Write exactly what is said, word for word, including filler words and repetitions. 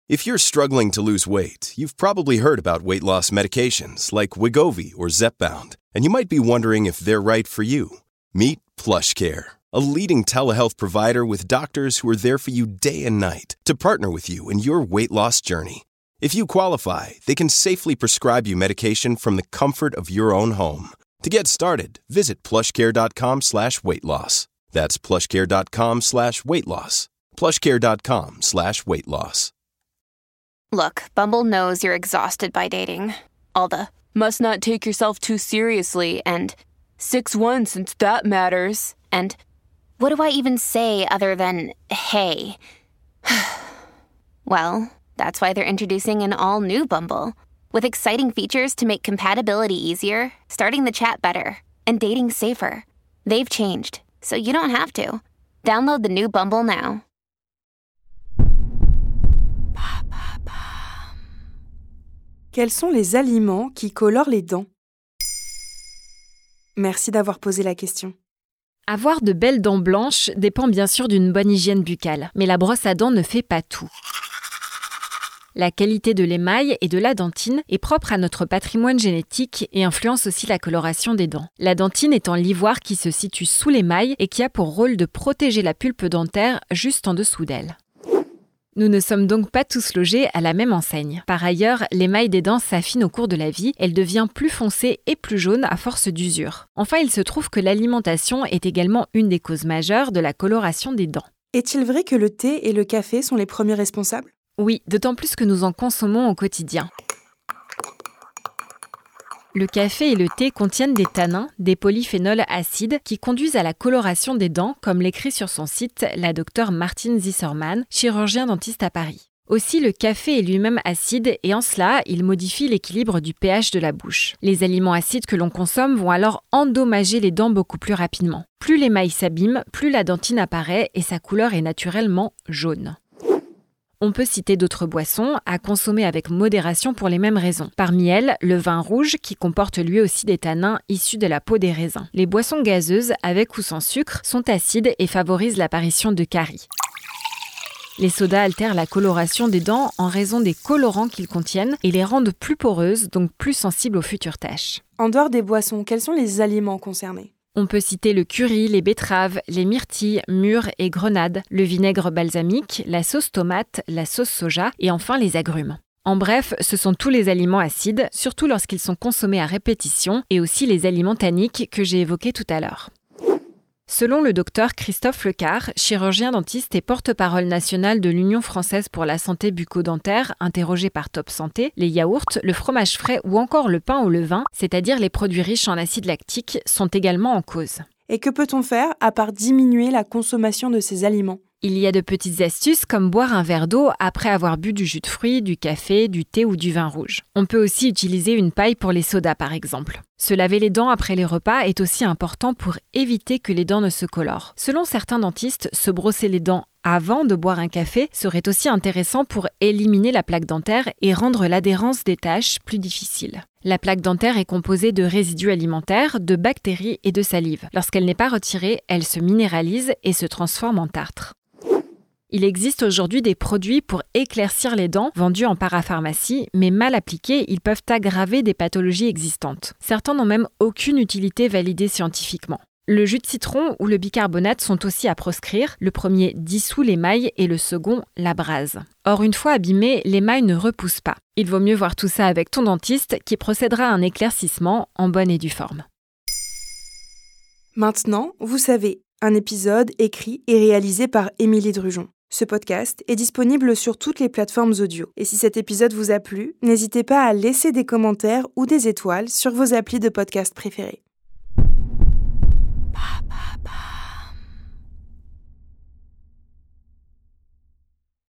If you're struggling to lose weight, you've probably heard about weight loss medications like Wegovy or Zepbound, and you might be wondering if they're right for you. Meet PlushCare, a leading telehealth provider with doctors who are there for you day and night to partner with you in your weight loss journey. If you qualify, they can safely prescribe you medication from the comfort of your own home. To get started, visit plushcare.com slash weight loss. That's plushcare.com slash weight loss. plushcare.com slash weight loss. Look, Bumble knows you're exhausted by dating. All the, must not take yourself too seriously, and six one since that matters, and what do I even say other than, hey? Well, that's why they're introducing an all-new Bumble, with exciting features to make compatibility easier, starting the chat better, and dating safer. They've changed, so you don't have to. Download the new Bumble now. Quels sont les aliments qui colorent les dents ? Merci d'avoir posé la question. Avoir de belles dents blanches dépend bien sûr d'une bonne hygiène buccale, mais la brosse à dents ne fait pas tout. La qualité de l'émail et de la dentine est propre à notre patrimoine génétique et influence aussi la coloration des dents. La dentine étant l'ivoire qui se situe sous l'émail et qui a pour rôle de protéger la pulpe dentaire juste en dessous d'elle. Nous ne sommes donc pas tous logés à la même enseigne. Par ailleurs, l'émail des dents s'affine au cours de la vie, elle devient plus foncée et plus jaune à force d'usure. Enfin, il se trouve que l'alimentation est également une des causes majeures de la coloration des dents. Est-il vrai que le thé et le café sont les premiers responsables ? Oui, d'autant plus que nous en consommons au quotidien. Le café et le thé contiennent des tanins, des polyphénols acides qui conduisent à la coloration des dents, comme l'écrit sur son site la docteure Martine Zissermann, chirurgien dentiste à Paris. Aussi, le café est lui-même acide et en cela, il modifie l'équilibre du pH de la bouche. Les aliments acides que l'on consomme vont alors endommager les dents beaucoup plus rapidement. Plus l'émail s'abîme, plus la dentine apparaît et sa couleur est naturellement jaune. On peut citer d'autres boissons à consommer avec modération pour les mêmes raisons. Parmi elles, le vin rouge qui comporte lui aussi des tanins issus de la peau des raisins. Les boissons gazeuses, avec ou sans sucre, sont acides et favorisent l'apparition de caries. Les sodas altèrent la coloration des dents en raison des colorants qu'ils contiennent et les rendent plus poreuses, donc plus sensibles aux futures taches. En dehors des boissons, quels sont les aliments concernés ? On peut citer le curry, les betteraves, les myrtilles, mûres et grenades, le vinaigre balsamique, la sauce tomate, la sauce soja et enfin les agrumes. En bref, ce sont tous les aliments acides, surtout lorsqu'ils sont consommés à répétition, et aussi les aliments tanniques que j'ai évoqués tout à l'heure. Selon le docteur Christophe Lecard, chirurgien dentiste et porte-parole national de l'Union française pour la santé bucco-dentaire, interrogé par Top Santé, les yaourts, le fromage frais ou encore le pain ou le vin, c'est-à-dire les produits riches en acide lactique, sont également en cause. Et que peut-on faire à part diminuer la consommation de ces aliments ? Il y a de petites astuces comme boire un verre d'eau après avoir bu du jus de fruits, du café, du thé ou du vin rouge. On peut aussi utiliser une paille pour les sodas par exemple. Se laver les dents après les repas est aussi important pour éviter que les dents ne se colorent. Selon certains dentistes, se brosser les dents avant de boire un café serait aussi intéressant pour éliminer la plaque dentaire et rendre l'adhérence des taches plus difficile. La plaque dentaire est composée de résidus alimentaires, de bactéries et de salive. Lorsqu'elle n'est pas retirée, elle se minéralise et se transforme en tartre. Il existe aujourd'hui des produits pour éclaircir les dents vendus en parapharmacie, mais mal appliqués, ils peuvent aggraver des pathologies existantes. Certains n'ont même aucune utilité validée scientifiquement. Le jus de citron ou le bicarbonate sont aussi à proscrire. Le premier dissout l'émail et le second l'abrase. Or, une fois abîmé, l'émail ne repousse pas. Il vaut mieux voir tout ça avec ton dentiste qui procédera à un éclaircissement en bonne et due forme. Maintenant, vous savez, un épisode écrit et réalisé par Émilie Drujon. Ce podcast est disponible sur toutes les plateformes audio. Et si cet épisode vous a plu, n'hésitez pas à laisser des commentaires ou des étoiles sur vos applis de podcast préférés.